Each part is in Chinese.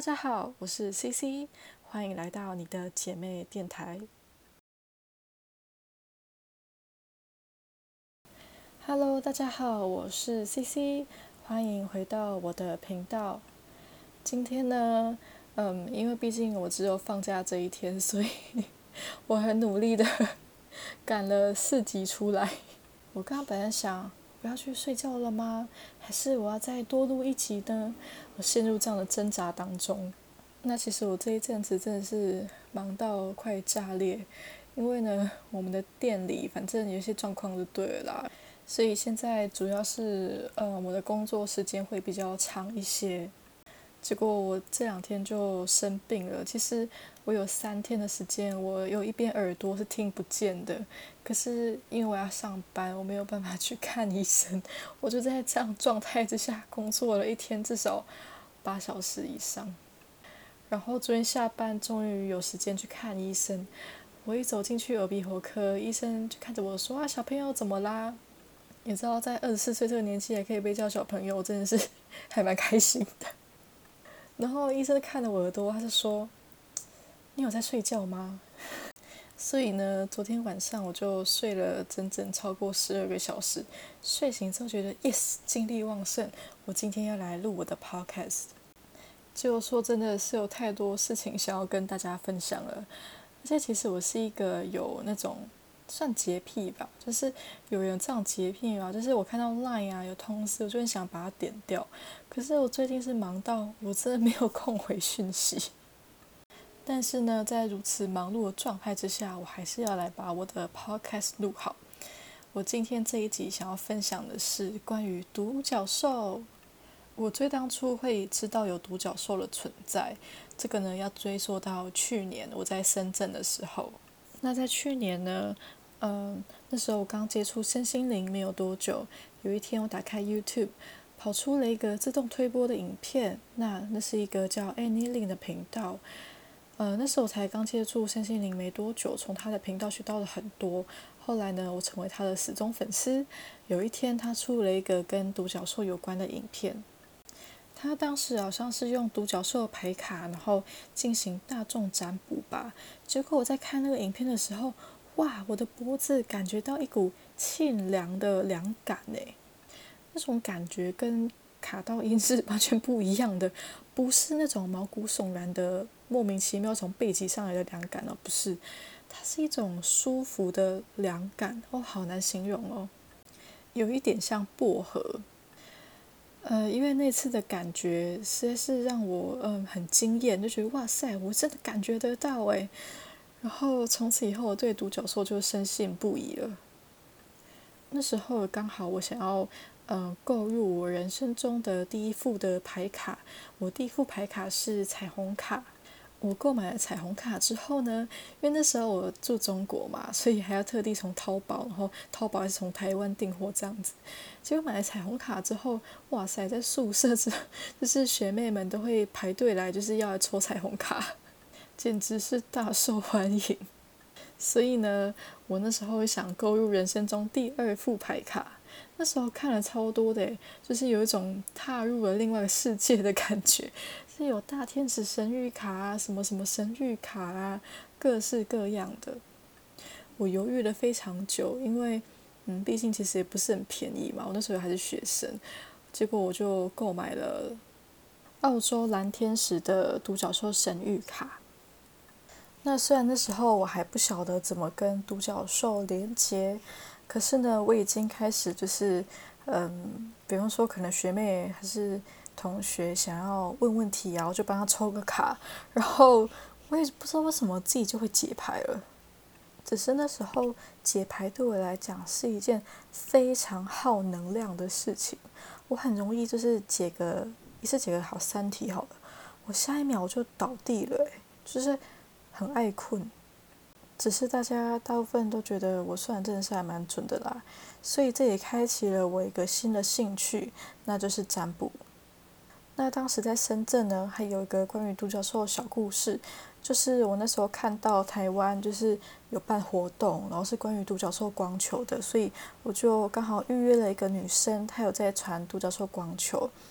大家好，我是 CC，欢迎来到你的姐妹电台。Hello， 大家好，我是 CC，欢迎回到我的频道。今天呢，因为毕竟我只有放假这一天，所以我很努力的赶了4集出来。我刚刚本来想，我要去睡觉了吗？还是我要再多录1集呢？我陷入这样的挣扎当中。那其实我这一阵子真的是忙到快炸裂，因为呢，我们的店里反正有些状况就对了啦，所以现在主要是我的工作时间会比较长一些。结果我这2天就生病了。其实我有3天的时间，我有一边耳朵是听不见的，可是因为我要上班，我没有办法去看医生，我就在这样状态之下工作了一天，至少8小时以上。然后昨天下班终于有时间去看医生，我一走进去耳鼻喉科，医生就看着我说：“啊，小朋友怎么啦？”你知道，在24岁这个年纪还可以被叫小朋友，我真的是还蛮开心的。然后医生看着我耳朵，他就说：“你有在睡觉吗？”所以呢，昨天晚上我就睡了整整超过12个小时，睡醒之后觉得 yes， 精力旺盛，我今天要来录我的 podcast。就说真的是有太多事情想要跟大家分享了，而且其实我是一个有那种算洁癖吧，就是有人这样洁癖吧，就是我看到 LINE 啊有通知，我就很想把它点掉。可是我最近是忙到我真的没有空回讯息。但是呢，在如此忙碌的状态之下，我还是要来把我的 podcast 录好。我今天这一集想要分享的是关于独角兽。我最当初会知道有独角兽的存在，这个呢要追溯到去年我在深圳的时候。那在去年呢，那时候我刚接触身心灵没有多久，有一天我打开 YouTube， 跑出了一个自动推播的影片，那是一个叫 Annie Lin 的频道。那时候我才刚接触身心灵没多久，从他的频道学到了很多。后来呢，我成为他的死忠粉丝。有一天，他出了一个跟独角兽有关的影片。他当时好像是用独角兽牌卡，然后进行大众占卜吧。结果我在看那个影片的时候，哇，我的脖子感觉到一股沁凉的凉感诶，那种感觉跟卡到音是完全不一样的，不是那种毛骨悚然的莫名其妙从背脊上来的凉感哦，不是，它是一种舒服的凉感哦，好难形容哦，有一点像薄荷。因为那次的感觉实在是让我很惊艳，就觉得哇塞，我真的感觉得到诶。然后从此以后我对独角兽就深信不疑了。那时候刚好我想要购入我人生中的第一副的牌卡，我第一副牌卡是彩虹卡。我购买了彩虹卡之后呢，因为那时候我住中国嘛，所以还要特地从淘宝，然后淘宝还是从台湾订货这样子。结果买了彩虹卡之后，哇塞，在宿舍就是学妹们都会排队来，就是要来抽彩虹卡，简直是大受欢迎。所以呢，我那时候想购入人生中第2副牌卡，那时候看了超多的，就是有一种踏入了另外一个世界的感觉，是有大天使神谕卡啊，什么什么神谕卡啊，各式各样的。我犹豫了非常久，因为毕竟其实也不是很便宜嘛，我那时候还是学生，结果我就购买了澳洲蓝天使的独角兽神谕卡。那虽然那时候我还不晓得怎么跟独角兽连接，可是呢，我已经开始就是，比方说可能学妹还是同学想要问问题啊，我就帮她抽个卡，然后我也不知道为什么自己就会解牌了。只是那时候解牌对我来讲是一件非常耗能量的事情，我很容易就是一次解个好3题好了，我下一秒我就倒地了，就是很爱困。只是大部分都觉得我算真的是还蛮准的啦，所以这也开启了我一个新的兴趣，那就是占卜。那当时在深圳呢，还有一个关于独角兽的小故事，就是我那时候看到台湾就是有办活动，然后是关于独角兽光球的，所以我就刚好预约了一个女生，她有在传独角兽光球。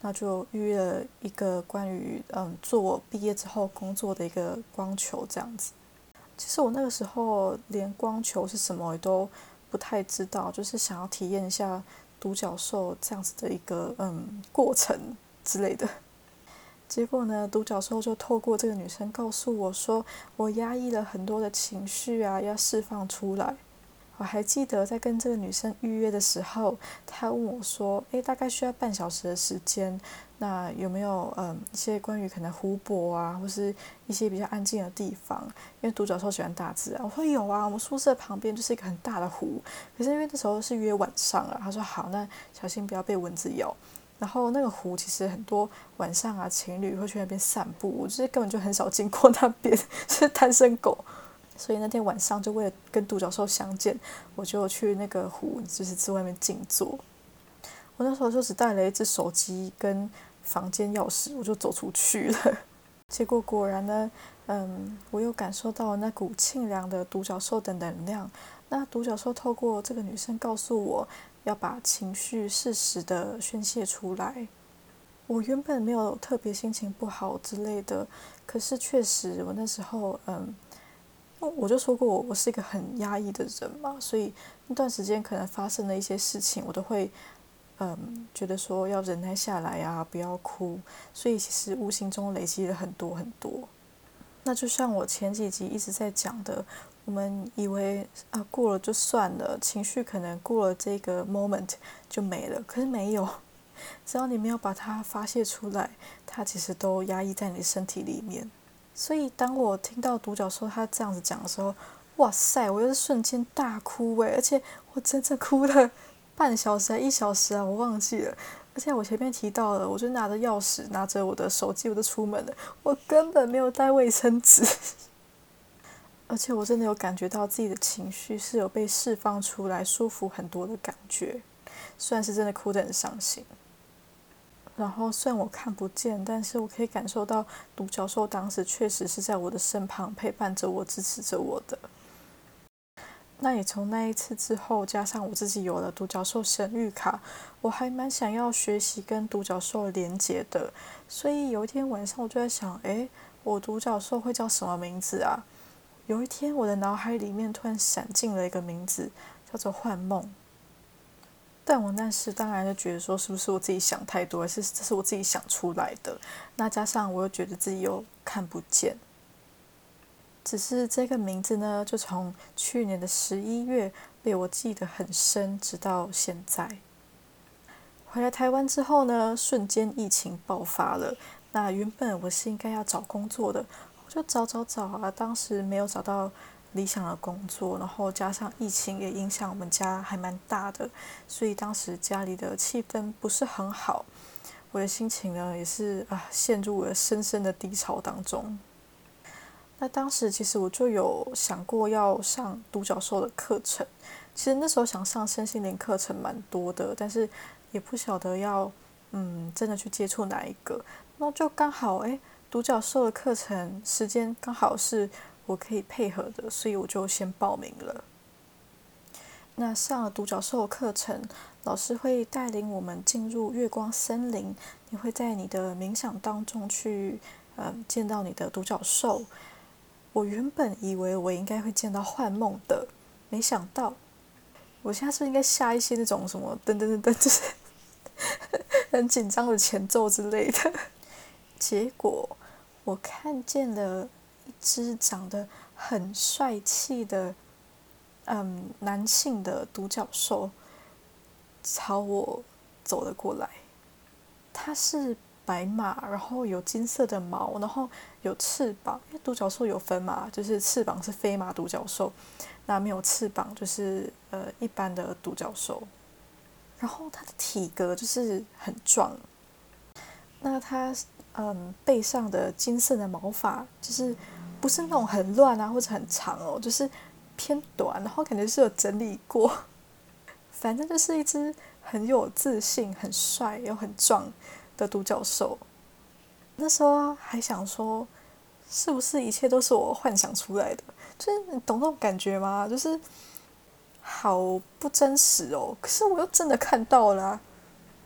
那就预约了一个关于做我毕业之后工作的一个光球这样子。其实我那个时候连光球是什么也都不太知道，就是想要体验一下独角兽这样子的一个过程之类的。结果呢，独角兽就透过这个女生告诉我说，我压抑了很多的情绪啊，要释放出来。我还记得在跟这个女生预约的时候，她问我说：大概需要半小时的时间，那有没有一些关于可能湖泊啊，或是一些比较安静的地方？因为独角兽喜欢大自然。我说有啊，我们宿舍旁边就是一个很大的湖，可是因为那时候是约晚上啊，她说好，那小心不要被蚊子咬。然后那个湖其实很多晚上啊，情侣会去那边散步，我就是根本就很少经过那边，是单身狗。所以那天晚上就为了跟独角兽相见，我就去那个湖，就是在外面静坐。我那时候就只带了一只手机跟房间钥匙，我就走出去了。结果果然呢，我又感受到那股清凉的独角兽的能量。那独角兽透过这个女生告诉我，要把情绪适时的宣泄出来。我原本没有特别心情不好之类的，可是确实我那时候我就说过我是一个很压抑的人嘛，所以那段时间可能发生的一些事情，我都会觉得说要忍耐下来啊，不要哭，所以其实无形中累积了很多很多。那就像我前几集一直在讲的，我们以为过了就算了，情绪可能过了这个 moment 就没了，可是没有，只要你没有把它发泄出来，它其实都压抑在你身体里面。所以当我听到独角兽他这样子讲的时候，哇塞，我又是瞬间大哭而且我整整哭了半小时还1小时啊，我忘记了。而且我前面提到了，我就拿着钥匙，拿着我的手机，我就出门了，我根本没有带卫生纸。而且我真的有感觉到自己的情绪是有被释放出来，舒服很多的感觉。虽然是真的哭得很伤心。然后虽然我看不见，但是我可以感受到独角兽当时确实是在我的身旁陪伴着我、支持着我的。那也从那一次之后，加上我自己有了独角兽神谕卡，我还蛮想要学习跟独角兽连接的。所以有一天晚上，我就在想，我独角兽会叫什么名字啊？有一天，我的脑海里面突然闪进了一个名字，叫做幻梦。但我那时当然就觉得说，是不是我自己想太多，还是这是我自己想出来的？那加上我又觉得自己又看不见，只是这个名字呢，就从去年的11月被我记得很深，直到现在。回来台湾之后呢，瞬间疫情爆发了。那原本我是应该要找工作的，我就找啊，当时没有找到理想的工作，然后加上疫情也影响我们家还蛮大的，所以当时家里的气氛不是很好，我的心情呢也是陷入了深深的低潮当中。那当时其实我就有想过要上独角兽的课程，其实那时候想上身心灵课程蛮多的，但是也不晓得要真的去接触哪一个，那就刚好独角兽的课程时间刚好是我可以配合的，所以我就先报名了。那上了独角兽的课程，老师会带领我们进入月光森林，你会在你的冥想当中去见到你的独角兽。我原本以为我应该会见到幻梦的，没想到我现在是不是应该下一些那种什么噔噔噔噔，就是很紧张的前奏之类的。结果我看见了一只长得很帅气的男性的独角兽朝我走了过来。它是白马，然后有金色的毛，然后有翅膀。因为独角兽有分嘛，就是翅膀是飞马独角兽，那没有翅膀就是一般的独角兽。然后它的体格就是很壮。那它背上的金色的毛发就是不是那种很乱啊或者很长哦，就是偏短，然后感觉是有整理过。反正就是一只很有自信、很帅又很壮的独角兽。那时候还想说，是不是一切都是我幻想出来的？就是你懂那种感觉吗？就是好不真实哦。可是我又真的看到了啊。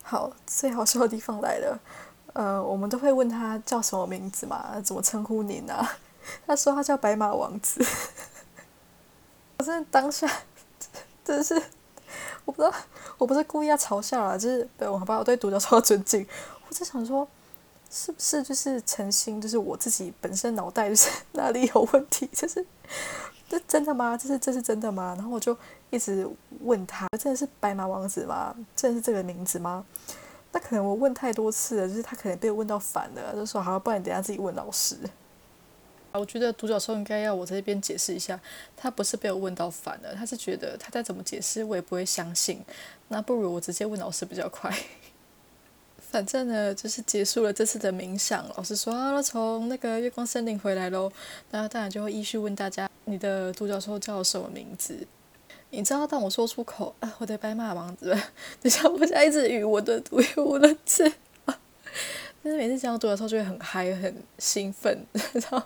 好，最好笑的地方来了，我们都会问他叫什么名字嘛，怎么称呼您啊？他说他叫白马王子。我真的当下真的是，我不知道，我不是故意要嘲笑啦，就是对我把我对独角兽的尊敬，我在想说，是不是就是诚心，就是我自己本身脑袋就是哪里有问题，就是这真的吗？这是真的吗？然后我就一直问他，真的是白马王子吗？真的是这个名字吗？那可能我问太多次了，就是他可能被问到烦了，就说好，不然你等一下自己问老师。我觉得独角兽应该要我在这边解释一下，他不是被我问到烦了，他是觉得他再怎么解释我也不会相信，那不如我直接问老师比较快。反正呢，就是结束了这次的冥想，老师说啊，从那个月光森林回来咯，那当然就会依序问大家，你的独角兽叫什么名字？你知道，当我说出口啊，我的白马王子，等下我就一直语我的字，但是每次讲到独角兽就会很嗨，很兴奋，然后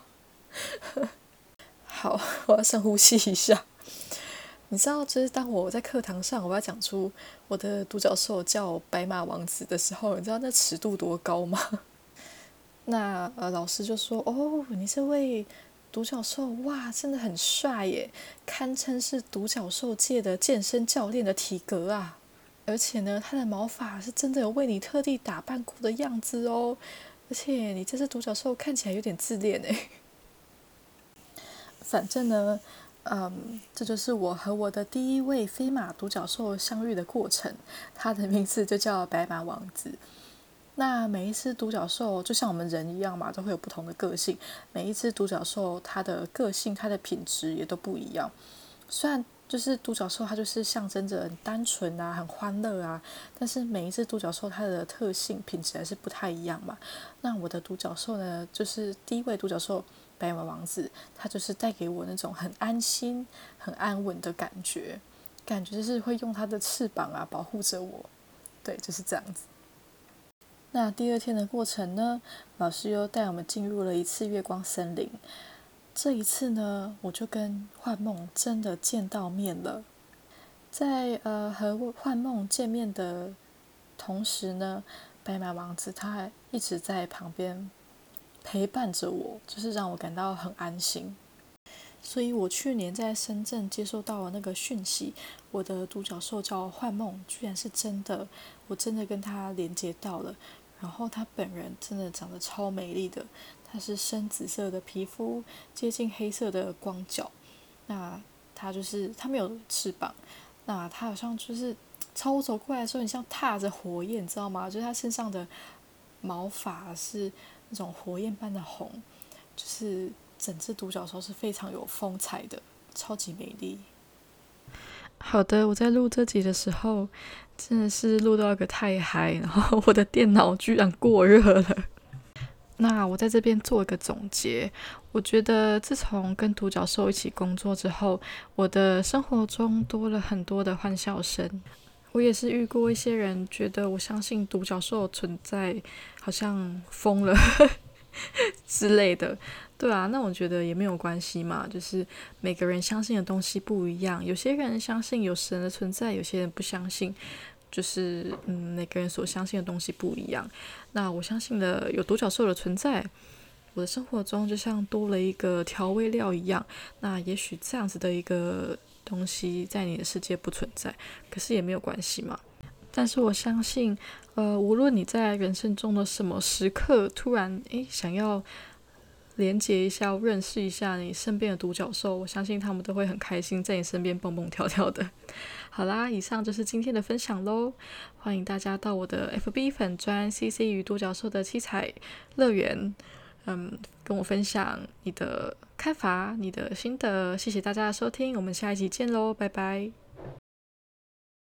好，我要深呼吸一下。你知道，就是当我在课堂上我要讲出我的独角兽叫白马王子的时候，你知道那尺度多高吗？那老师就说：“哦，你这位独角兽，哇，真的很帅耶，堪称是独角兽界的健身教练的体格啊！而且呢，他的毛发是真的有为你特地打扮过的样子哦。而且你这只独角兽看起来有点自恋诶。”反正呢，这就是我和我的第一位飞马独角兽相遇的过程。它的名字就叫白马王子。那每一只独角兽就像我们人一样嘛，都会有不同的个性。每一只独角兽它的个性、它的品质也都不一样。虽然就是独角兽它就是象征着很单纯啊、很欢乐啊，但是每一只独角兽它的特性、品质还是不太一样嘛。那我的独角兽呢，就是第一位独角兽白马王子，它就是带给我那种很安心、很安稳的感觉，感觉就是会用它的翅膀啊保护着我。对，就是这样子。那第二天的过程呢，老师又带我们进入了一次月光森林。这一次呢，我就跟幻梦真的见到面了。在和幻梦见面的同时呢，白马王子他还一直在旁边陪伴着我，就是让我感到很安心。所以我去年在深圳接收到了那个讯息，我的独角兽叫幻梦，居然是真的，我真的跟他连接到了。然后他本人真的长得超美丽的，他是深紫色的皮肤，接近黑色的光角。那他没有翅膀，那他好像就是朝我走过来的时候，很像踏着火焰，你知道吗？就是他身上的毛发是那种火焰般的红，就是整只独角兽是非常有风采的，超级美丽。好的，我在录这集的时候，真的是录到一个太嗨，然后我的电脑居然过热了。那我在这边做一个总结，我觉得自从跟独角兽一起工作之后，我的生活中多了很多的欢笑声。我也是遇过一些人觉得我相信独角兽存在，好像疯了之类的。对啊，那我觉得也没有关系嘛，就是每个人相信的东西不一样，有些人相信有神的存在，有些人不相信，就是每个人所相信的东西不一样。那我相信的有独角兽的存在，我的生活中就像多了一个调味料一样。那也许这样子的一个东西在你的世界不存在，可是也没有关系嘛。但是我相信，无论你在人生中的什么时刻突然想要连接一下、认识一下你身边的独角兽，我相信他们都会很开心在你身边蹦蹦跳跳的。好啦，以上就是今天的分享咯，欢迎大家到我的 FB 粉专 CC 与独角兽的七彩乐园，跟我分享你的看法、你的心得。谢谢大家的收听，我们下一集见咯，拜拜。